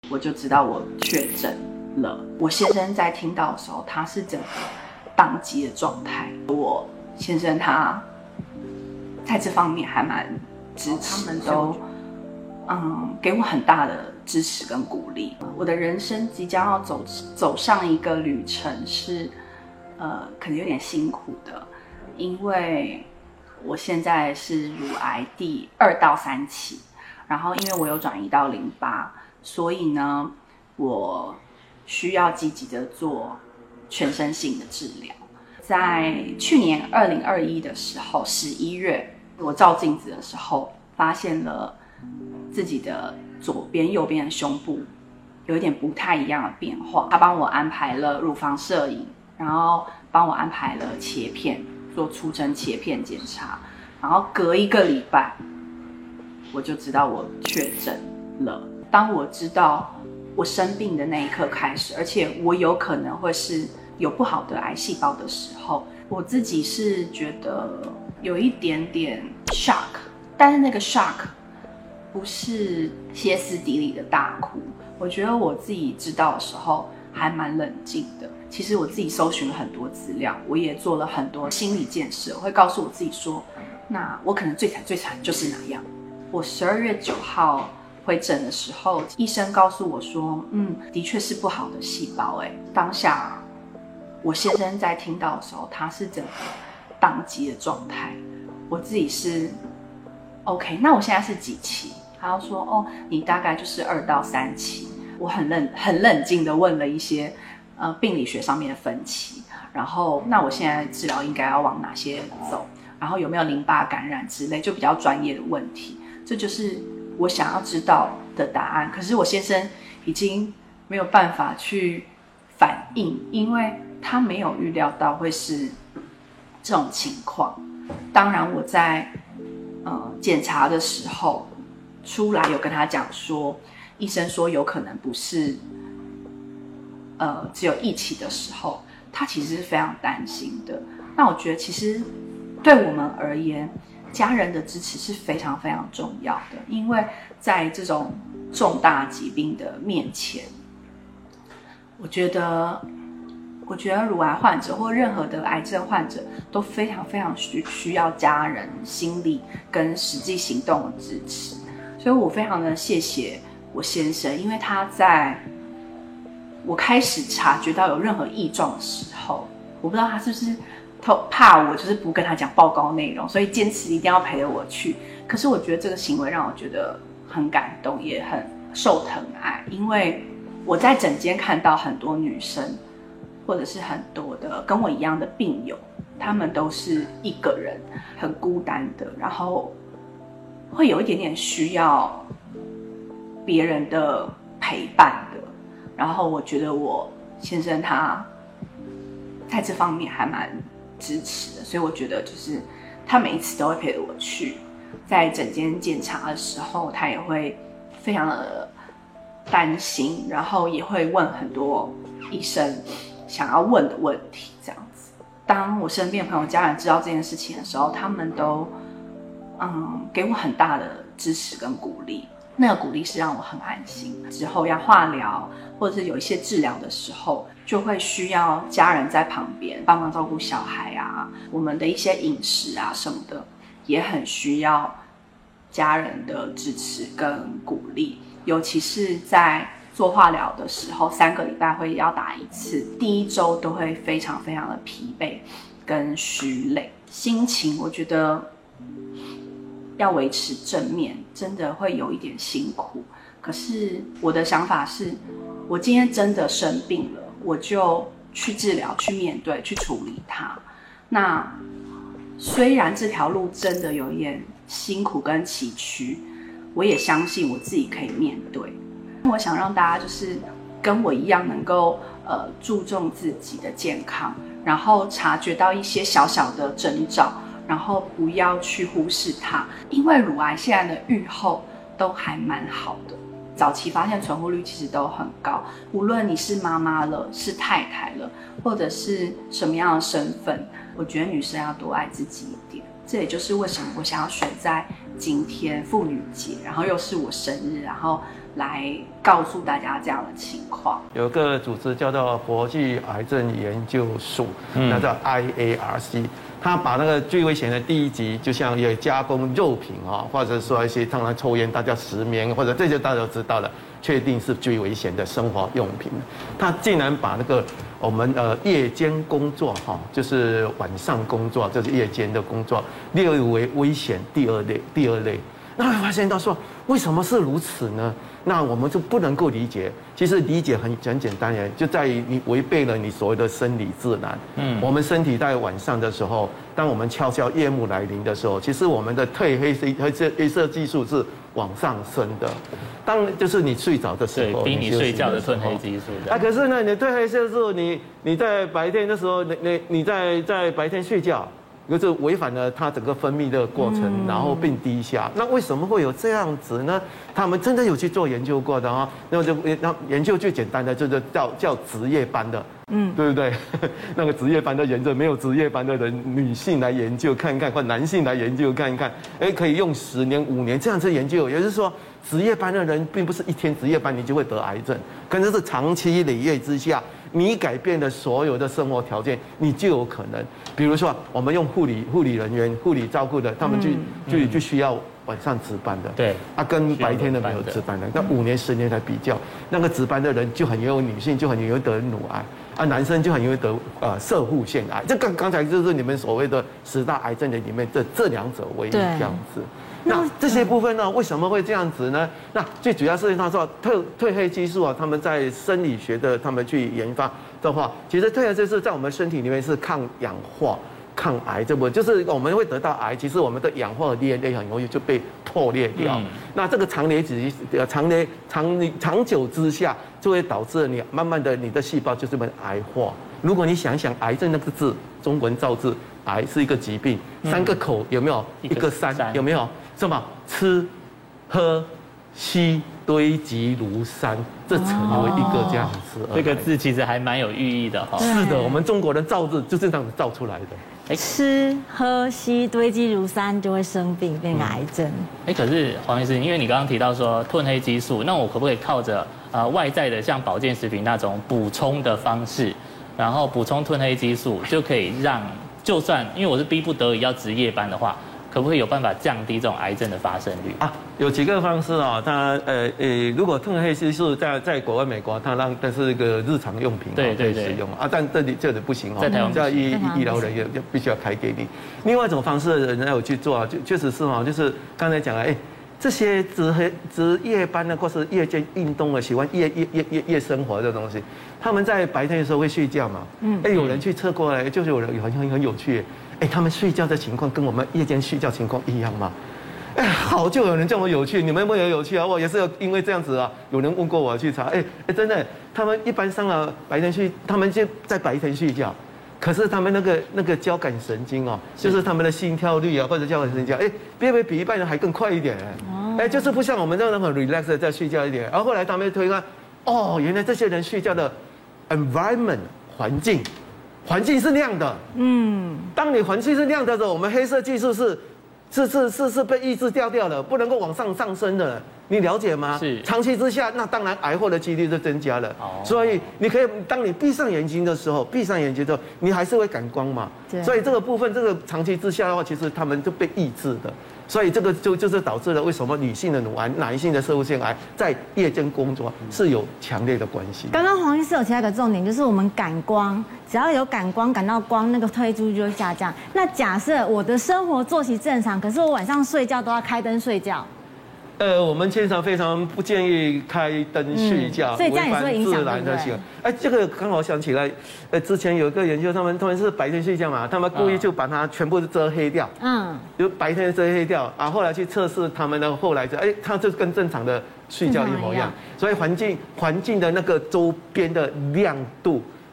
我就知道我确诊了。我先生在听到的时候，他是整个宕机的状态。我先生他在这方面还蛮支持，他们都给我很大的支持跟鼓励。我的人生即将要走上一个旅程是，可能有点辛苦的，因为我现在是乳癌第2到3期，然后因为我有转移到淋巴，所以呢，我需要积极的做全身性的治疗。在去年2021的时候，11月，我照镜子的时候，发现了自己的左边、右边的胸部有一点不太一样的变化。他帮我安排了乳房摄影，然后帮我安排了切片，做出针切片检查，然后隔1个礼拜，我就知道我确诊了。当我知道我生病的那一刻开始，而且我有可能会是有不好的癌细胞的时候，我自己是觉得有一点点 shock， 但是那个 shock 不是歇斯底里的大哭。我觉得我自己知道的时候还蛮冷静的。其实我自己搜寻了很多资料，我也做了很多心理建设，我会告诉我自己说，那我可能最惨就是哪样。我12月9号回诊的时候，医生告诉我说，的确是不好的细胞。当下我先生在听到的时候，他是整个宕机的状态。我自己是 OK， 那我现在是几期？他说，你大概就是2到3期。我很冷静的问了一些病理学上面的分歧，然后那我现在治疗应该要往哪些走，然后有没有淋巴感染之类，就比较专业的问题。这就是我想要知道的答案。可是我先生已经没有办法去反应，因为他没有预料到会是这种情况。当然我在检查的时候出来有跟他讲说，医生说有可能不是只有1期的时候，他其实是非常担心的。那我觉得其实对我们而言，家人的支持是非常非常重要的，因为在这种重大疾病的面前，我觉得乳癌患者或任何的癌症患者都非常非常需要家人心理跟实际行动的支持。所以我非常的谢谢我先生，因为他在我开始察觉到有任何异状的时候，我不知道他是不是怕我就是不跟他讲报告内容，所以坚持一定要陪着我去。可是我觉得这个行为让我觉得很感动，也很受疼爱。因为我在诊间看到很多女生，或者是很多的跟我一样的病友，他们都是一个人很孤单的，然后会有一点点需要别人的陪伴的。然后我觉得我先生他在这方面还蛮支持的，所以我觉得就是他每一次都会陪着我去，在诊间检查的时候，他也会非常的担心，然后也会问很多医生想要问的问题，这样子。当我身边的朋友、家人知道这件事情的时候，他们都给我很大的支持跟鼓励。那个鼓励是让我很安心。之后要化疗或者是有一些治疗的时候，就会需要家人在旁边帮忙照顾小孩啊，我们的一些饮食啊什么的，也很需要家人的支持跟鼓励。尤其是在做化疗的时候，3个礼拜会要打1次，第1周都会非常非常的疲惫跟虚累，心情我觉得要维持正面真的会有一点辛苦。可是我的想法是，我今天真的生病了，我就去治疗、去面对、去处理它。那虽然这条路真的有一点辛苦跟崎岖，我也相信我自己可以面对。我想让大家就是跟我一样能够注重自己的健康，然后察觉到一些小小的征兆，然后不要去忽视它。因为乳癌现在的预后都还蛮好的，早期发现存活率其实都很高。无论你是妈妈了，是太太了，或者是什么样的身份，我觉得女生要多爱自己一点。这也就是为什么我想要选在今天妇女节，然后又是我生日，然后来告诉大家这样的情况。 有个组织叫做国际癌症研究署，那叫 IARC。他把那个最危险的第1级，就像也加工肉品啊，或者说一些常常抽烟、大家石棉，或者这些大家都知道的，确定是最危险的生活用品。他竟然把那个我们夜间工作哈，就是晚上工作，就是夜间的工作列为危险第二类。那会发现到说，为什么是如此呢？那我们就不能够理解。其实理解很简单耶，就在于你违背了你所谓的生理自然。我们身体在晚上的时候，当我们悄悄夜幕来临的时候，其实我们的褪黑色激素是往上升的。当就是你睡着的时候， 逼你睡觉的褪黑激素。 可是呢，你的褪黑色素，你在白天的时候，你在白天睡觉。就是违反了它整个分泌的过程，然后并低下。那为什么会有这样子呢？他们真的有去做研究过的啊。那研究最简单的就是叫值夜班的，对不对？那个值夜班的研究，没有值夜班的人，女性来研究看一看，或男性来研究看一看，可以用10年、5年这样子研究。也就是说，值夜班的人并不是一天值夜班你就会得癌症，可能是长期累月之下。你改变了所有的生活条件，你就有可能。比如说，我们用护理人员、护理照顾的，他们就需要晚上值班的。 对。 跟白天的没有值班的，那5年、10年来比较，那个值班的人就很有女性就很容易得乳癌，男生就很容易得攝護腺癌。这刚才就是你们所谓的10大癌症的里面这2者为一这样子。那这些部分呢，为什么会这样子呢？那最主要是他说褪黑激素啊，他们在生理学的他们去研发的话，其实褪黑激素在我们身体里面是抗氧化、抗癌，这不就是我们会得到癌？其实我们的氧化的 DNA 很容易就被破裂掉。那这个长久之下，就会导致你慢慢的你的细胞就是被癌化。如果你想想癌症那个字，中文造字，癌是一个疾病，3个口有没有？1个山有没有？什么吃、喝、吸堆积如山，这成为一个这样子。 这个字其实还蛮有寓意的哈。 是的，我们中国人造字就是这样子造出来的。 吃、喝、吸堆积如山就会生病，变癌症。 可是黄医师，因为你刚刚提到说褪黑激素，那我可不可以靠着外在的像保健食品那种补充的方式，然后补充褪黑激素，就可以让就算因为我是逼不得已要值夜班的话，可不可以有办法降低这种癌症的发生率啊？ 有几个方式啊，它如果褪黑激素在国外美国，它是一个日常用品，可以使用啊，但这里不行哦，在医疗人员就必须要开给你。另外一种方式，人家有去做啊，确实是哦，就是刚才讲了，这些值夜班的或是夜间运动的，喜欢夜生活这东西，他们在白天的时候会睡觉嘛，有人去测过来，就是有人很有趣。他们睡觉的情况跟我们夜间睡觉情况一样吗？好，就有人叫我有趣，你们也有趣啊！我也是因为这样子啊，有人问过我去查，真的，他们一般上了白天他们就在白天睡觉，可是他们那个交感神经哦，就是他们的心跳率啊或者交感神经，比一般人还更快一点，就是不像我们这样很 relax 的在睡觉一点。然后后来他们推看，原来这些人睡觉的 environment 环境是亮的，当你环境是亮的时候，我们黑色激素是被抑制掉的，不能够往上升的，你了解吗？ 是。 长期之下，那当然癌祸的几率就增加了。所以你可以，当你闭上眼睛的时候，你还是会感光嘛。所以这个部分，这个长期之下的话，其实他们就被抑制的。所以这个就是导致了为什么女性的乳癌、男性的攝護腺癌在夜间工作是有强烈的关系。 刚刚黄医师有提到一个重点，就是我们感光，只要有感到光，那个褪黑激素就会下降。那假设我的生活作息正常，可是我晚上睡觉都要开灯睡觉。 我们非常不建议开灯睡觉， 所以这样也是会影响的行为。这个刚好想起来，之前有一个研究，他们是白天睡觉嘛，他们故意就把它全部遮黑掉，就白天遮黑掉啊。后来去测试他们的后来它就跟正常的睡觉一模一样，所以环境的那个周边的亮度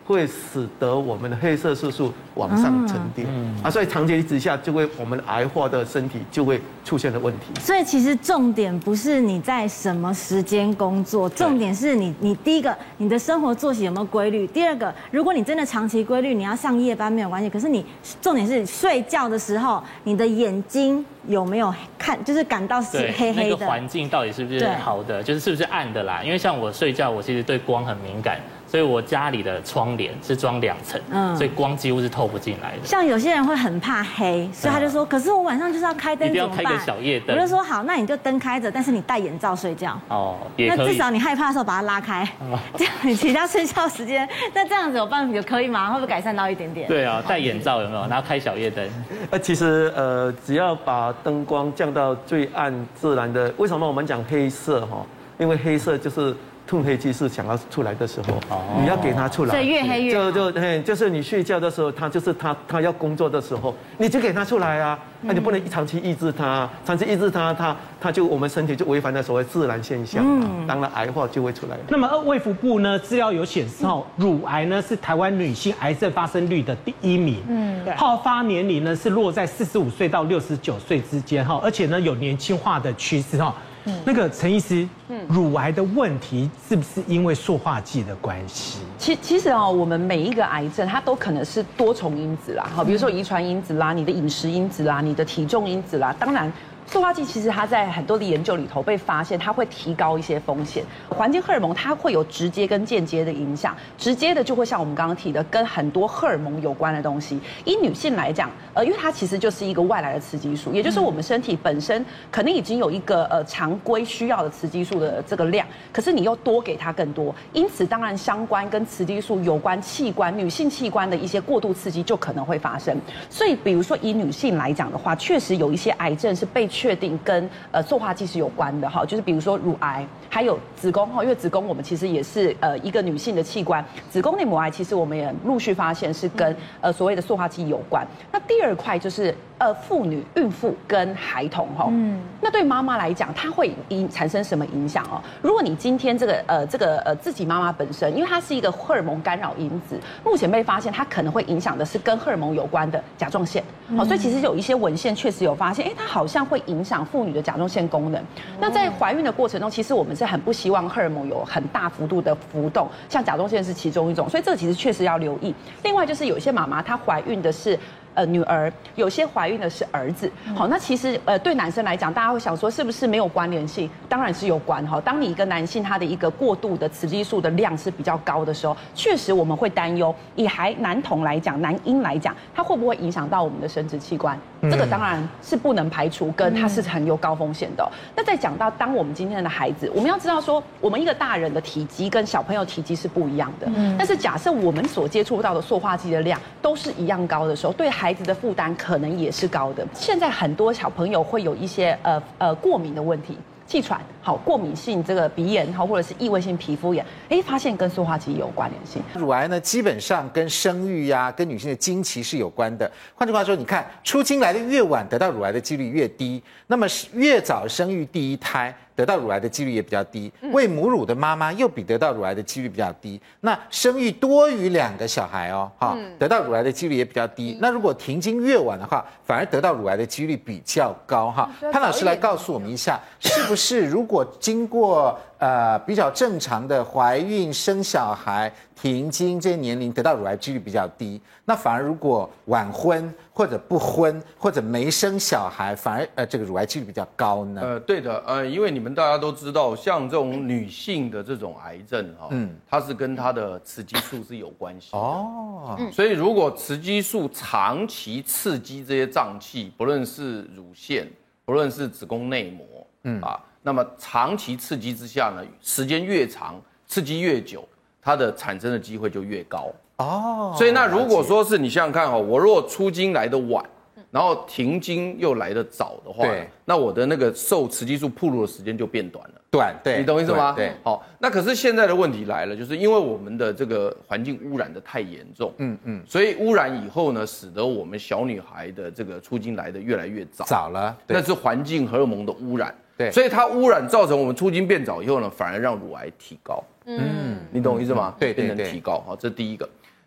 会使得我们的黑色素往上沉淀所以长期之下就会我们癌化的身体就会出现的问题。 所以其实重点不是你在什么时间工作，重点是你第一个你的生活作息有没有规律，第二个如果你真的长期规律，你要上夜班没有关系，可是你重点是睡觉的时候你的眼睛有没有看，就是感到是黑黑的， 那个环境到底是不是好的，就是是不是暗的啦。因为像我睡觉，我其实对光很敏感，所以我家里的窗帘是装2层，所以光几乎是透不进来的。 像有些人会很怕黑，所以他就说，可是我晚上就是要开灯， 一定要开个小夜灯。 我就说好，那你就灯开着，但是你戴眼罩睡觉。 也可以。 那至少你害怕的时候把它拉开，这样你其他睡觉时间，那这样子有办法可以吗？会不会改善到一点点？ 对啊，戴眼罩有没有？然后开小夜灯。 其实只要把灯光降到最暗自然的，为什么我们讲黑色因为黑色就是褪黑激素想要出来的时候，你要给它出来， 所以越黑越好。 就是你睡觉的时候，它要工作的时候，你就给它出来啊。那你不能长期抑制它，长期抑制它就我们身体就违反了所谓自然现象当然癌化就会出来。 那么卫福部呢资料有显示乳癌呢是台湾女性癌症发生率的第1名，好发年龄呢是落在45岁到69岁之间而且呢有年轻化的趋势那个陈医师，乳癌的问题是不是因为塑化剂的关系？ 其实我们每一个癌症它都可能是多重因子啦，比如说遗传因子啦、你的饮食因子啦、你的体重因子啦，当然。塑化剂其实它在很多的研究里头被发现，它会提高一些风险。环境荷尔蒙它会有直接跟间接的影响，直接的就会像我们刚刚提的，跟很多荷尔蒙有关的东西。以女性来讲，因为它其实就是一个外来的雌激素，也就是我们身体本身可能已经有一个常规需要的雌激素的这个量，可是你又多给它更多，因此当然相关跟雌激素有关器官、女性器官的一些过度刺激就可能会发生。所以比如说以女性来讲的话，确实有一些癌症是被确定跟塑化剂是有关的就是比如说乳癌，还有子宫因为子宫我们其实也是一个女性的器官，子宫内膜癌其实我们也陆续发现是跟所谓的塑化剂有关。那第二块就是妇女、孕妇跟孩童那对妈妈来讲，它会产生什么影响如果你今天这个自己妈妈本身，因为它是一个荷尔蒙干扰因子，目前被发现它可能会影响的是跟荷尔蒙有关的甲状腺所以其实有一些文献确实有发现，它好像会影响妇女的甲状腺功能。那在怀孕的过程中，其实我们是很不希望荷尔蒙有很大幅度的浮动，像甲状腺是其中一种，所以这个其实确实要留意。另外就是有一些妈妈她怀孕的是女儿，有些怀孕的是儿子。那其实对男生来讲，大家会想说是不是没有关联性？当然是有关当你一个男性他的一个过度的雌激素的量是比较高的时候，确实我们会担忧，以男童来讲，男婴来讲，它会不会影响到我们的生殖器官？这个当然是不能排除，跟它是很有高风险的那再讲到当我们今天的孩子，我们要知道说，我们一个大人的体积跟小朋友体积是不一样的。但是假设我们所接触到的塑化剂的量都是一样高的时候，对孩子的负担可能也是高的。现在很多小朋友会有一些过敏的问题。气喘、过敏性这个鼻炎或者是异位性皮肤炎，发现跟塑化剂有关联性。 乳癌呢，基本上跟生育跟女性的经期是有关的。换句话说，你看初经来的越晚，得到乳癌的几率越低。那么越早生育第一胎，得到乳癌的几率也比较低。喂母乳的妈妈又比得到乳癌的几率比较低。那生育多于2个小孩得到乳癌的几率也比较低。那如果停经越晚的话，反而得到乳癌的几率比较高潘老师来告诉我们一下，是不是如果经过比较正常的怀孕、生小孩、停经这些年龄，得到乳癌几率比较低。那反而如果晚婚或者不婚或者没生小孩，反而这个乳癌几率比较高呢？ 对的，因为你们大家都知道，像这种女性的这种癌症它是跟她的雌激素是有关系的所以如果雌激素长期刺激这些脏器，不论是乳腺，不论是子宫内膜，那么长期刺激之下呢，时间越长，刺激越久，它的产生的机会就越高所以那如果说是你想想看我如果出经来的晚，然后停经又来得早的话，那我的那个受雌激素暴露的时间就变短了。 对， 你懂意思吗？ 对， 那可是现在的问题来了，就是因为我们的这个环境污染的太严重，所以污染以后呢，使得我们小女孩的这个出经来的越来越早了，那是环境荷尔蒙的污染。对，所以它污染造成我们出经变早以后呢，反而让乳癌提高。你懂我意思吗？ 对， 变成提高。这是第一个。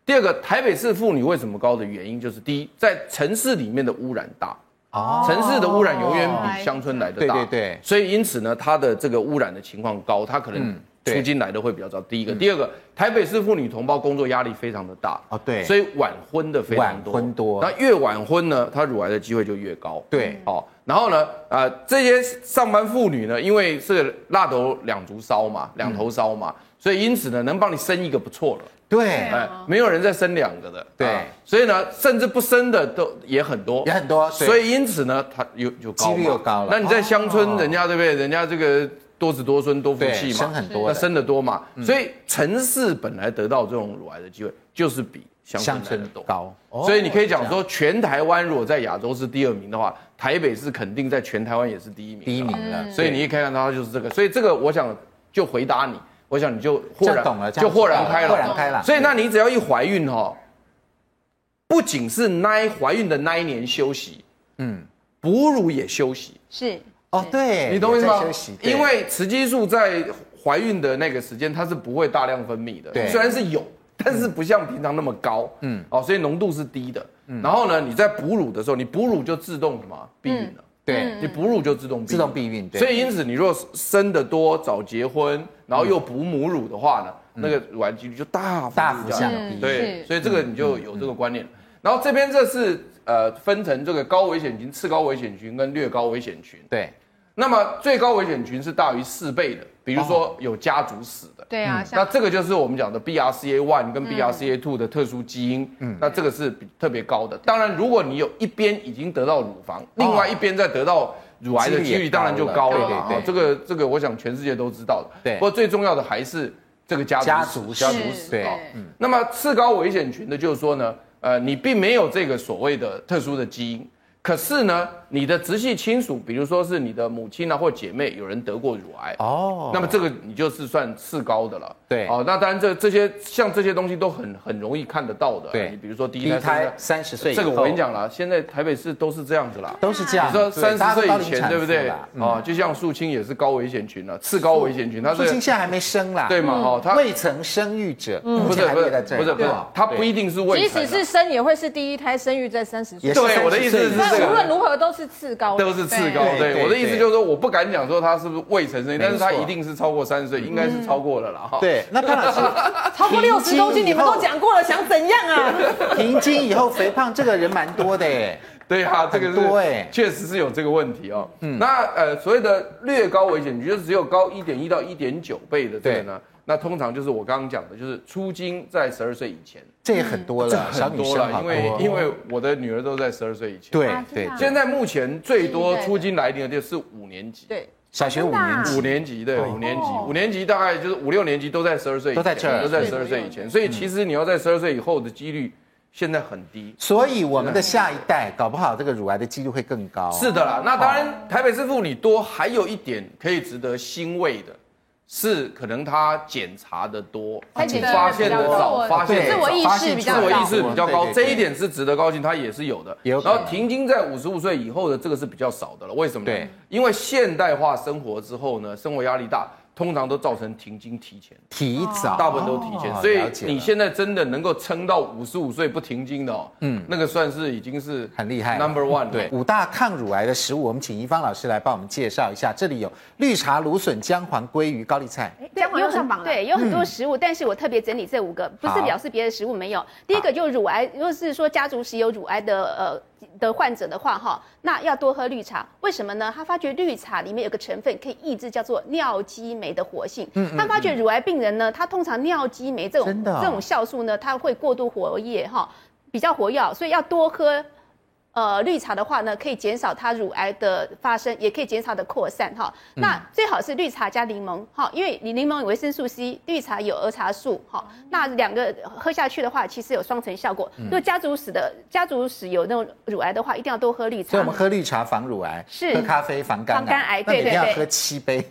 第二个，台北市妇女为什么高的原因，就是第一，在城市里面的污染大。城市的污染永远比乡村来的大， 对， 所以因此呢，它的这个污染的情况高，它可能出京来的会比较早。第一个，第二个，台北市妇女同胞工作压力非常的大， 对， 所以晚婚的非常多， 晚婚多， 那越晚婚呢，她乳癌的机会就越高， 对， 然后呢，这些上班妇女呢，因为是蜡头两头烧嘛，所以因此呢，能帮你生一个不错了。 对， 没有人再生2个的， 对， 所以呢，甚至不生的都也很多，所以因此呢，它有高， 几率又高了。 那你在乡村，人家对不对？人家这个多子多孙多福气嘛， 生很多， 那生得多嘛，所以城市本来得到这种乳癌的机会就是比乡村来的高，所以你可以讲说，全台湾如果在亚洲是第2名的话，台北市肯定在全台湾也是第1名了。所以你一看到它就是这个，所以这个我想就回答你。我想你就豁然开朗，所以那你只要一怀孕不仅是怀孕的那一年休息，哺乳也休息， 是对， 你懂我意思吗？因为雌激素在怀孕的那个时间它是不会大量分泌的，虽然是有，但是不像平常那么高，所以浓度是低的。然后呢，你在哺乳的时候，你哺乳就自动什么避孕了。 对， 你哺乳就自动避孕， 所以因此你如果生得多、早结婚，然后又哺母乳的话呢，那个乳癌几率就大幅降低。对，所以这个你就有这个观念。然后这边这是分成这个高危险群、次高危险群跟略高危险群。 对， 那么最高危险群是大于4倍的，比如说有家族史的。 对啊， 那这个就是我们讲的 BRCA1 跟 BRCA2 的特殊基因，那这个是特别高的。当然，如果你有一边已经得到乳房，另外一边再得到乳癌的几率当然就高了啦。这个我想全世界都知道的。 对， 不过最重要的还是这个家族史。 对， 那么次高危险群的就是说呢，你并没有这个所谓的特殊的基因。可是呢，你的直系亲属，比如说是你的母亲啊或姐妹，有人得过乳癌那么这个你就是算次高的了。 对， 那当然这些像这些东西都很容易看得到的。 对， 你比如说第一胎30岁以后， 这个我跟你讲了，现在台北市都是这样子啦， 都是这样。 你说30岁以前对不对？就像素清也是高危险群了，次高危险群。 素清现在还没生啦， 对嘛？他未曾生育者， 不是，他不一定是未曾，即使是生也会是第一胎生育在30岁。 对，我的意思是这个。 无论如何都是次高， 都是次高。对，我的意思就是说，我不敢讲说他是不是未成生，但是他一定是超过30岁，应该是超过了啦。 对，那潘老师超过60公斤，你们都讲过了，想怎样啊？ 停经以后肥胖，这个人蛮多的耶。 对啊，这个是确实是有这个问题哦。那所谓的略高危险，就是只有高1.1到1.9倍的这个呢。那通常就是我刚刚讲的，就是出经在12岁以前， 这也很多了， 很多了，因为我的女儿都在12岁以前。 对， 现在目前最多出经来临的就是5年级， 对， 小学5年级，5 年级对，5年级大概就是5、6年级都在12岁以前， 都在这儿， 都在12岁以前，所以其实你要在12岁以后的几率现在很低， 所以我们的下一代搞不好这个乳癌的几率会更高。 是的啦，那当然台北市妇女多，还有一点可以值得欣慰的。是可能他检查的多，发现的早，发现自我意识比较高，这一点是值得高兴，他也是有的。然后停经在55岁以后的这个是比较少的了，为什么呢？因为现代化生活之后呢，生活压力大，通常都造成停经提早，大部分都提前，所以你现在真的能够撑到55岁不停经的那个算是已经是很厉害 ，number one。 对，5大抗乳癌的食物，我们请宜芳老师来帮我们介绍一下。这里有绿茶、芦笋、姜黄、鲑鱼、高丽菜。 姜黄又上榜了。对，有很多食物，但是我特别整理这5个，不是表示别的食物没有。第一个就乳癌，如果是说家族史有乳癌的患者的话，那要多喝绿茶。为什么呢？他发觉绿茶里面有个成分可以抑制叫做尿激酶的活性。他发觉乳癌病人呢，他通常尿激酶这种酵素呢，它会过度活跃比较活跃，所以要多喝。绿茶的话呢，可以减少它乳癌的发生，也可以减少的扩散那最好是绿茶加柠檬因为你柠檬有维生素 C， 绿茶有儿茶素那2个喝下去的话，其实有双层效果。如果家族史有那种乳癌的话，一定要多喝绿茶。 所以我们喝绿茶防乳癌，喝咖啡防肝癌， 对， 每天要喝7杯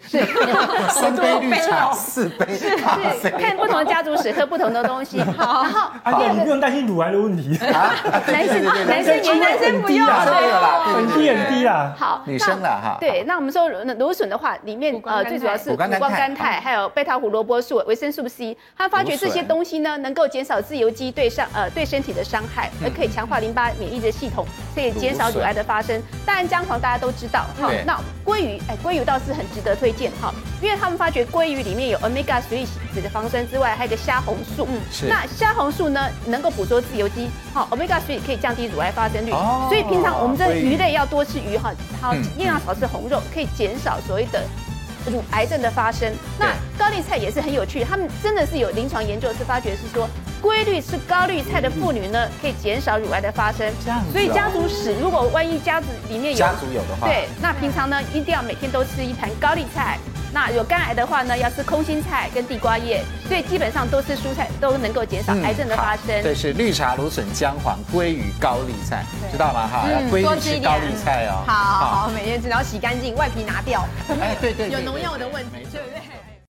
，3杯绿茶，4杯咖啡。 看不同的家族史，喝不同的东西。然后你不用担心乳癌的问题男生很低啦，很低很低啦。 好， 女生啦哈。 对，那我们说芦笋的话，里面最主要是谷胱甘肽，还有贝塔胡萝卜素、维生素 C。他发觉这些东西呢，能够减少自由基对身体的伤害，而可以强化淋巴免疫的系统，可以减少乳癌的发生。当然姜黄大家都知道，好，那鲑鱼倒是很值得推荐哈，因为他们发觉鲑鱼里面有 omega-3 脂肪酸之外，还有一个虾红素。那虾红素呢，能够捕捉自由基，好 ，omega-3 可以降低乳癌发生率。所以平常我们这鱼类要多吃鱼哈，好，尽量少吃红肉，可以减少所谓的乳癌症的发生。那高丽菜也是很有趣，他们真的是有临床研究是发觉是说，规律吃高丽菜的妇女呢，可以减少乳癌的发生。所以家族史，如果万一家族里面有家族有的话， 对，那平常呢一定要每天都吃一盘高丽菜。那有肝癌的话呢，要吃空心菜跟地瓜叶，所以基本上都吃蔬菜都能够减少癌症的发生。 对，是绿茶、芦笋、姜黄、鲑鱼、高丽菜，知道吗？哈，要规律吃高丽菜哦。 好，每天只要洗干净，外皮拿掉。 哎，对， 有农药的问题，对不对？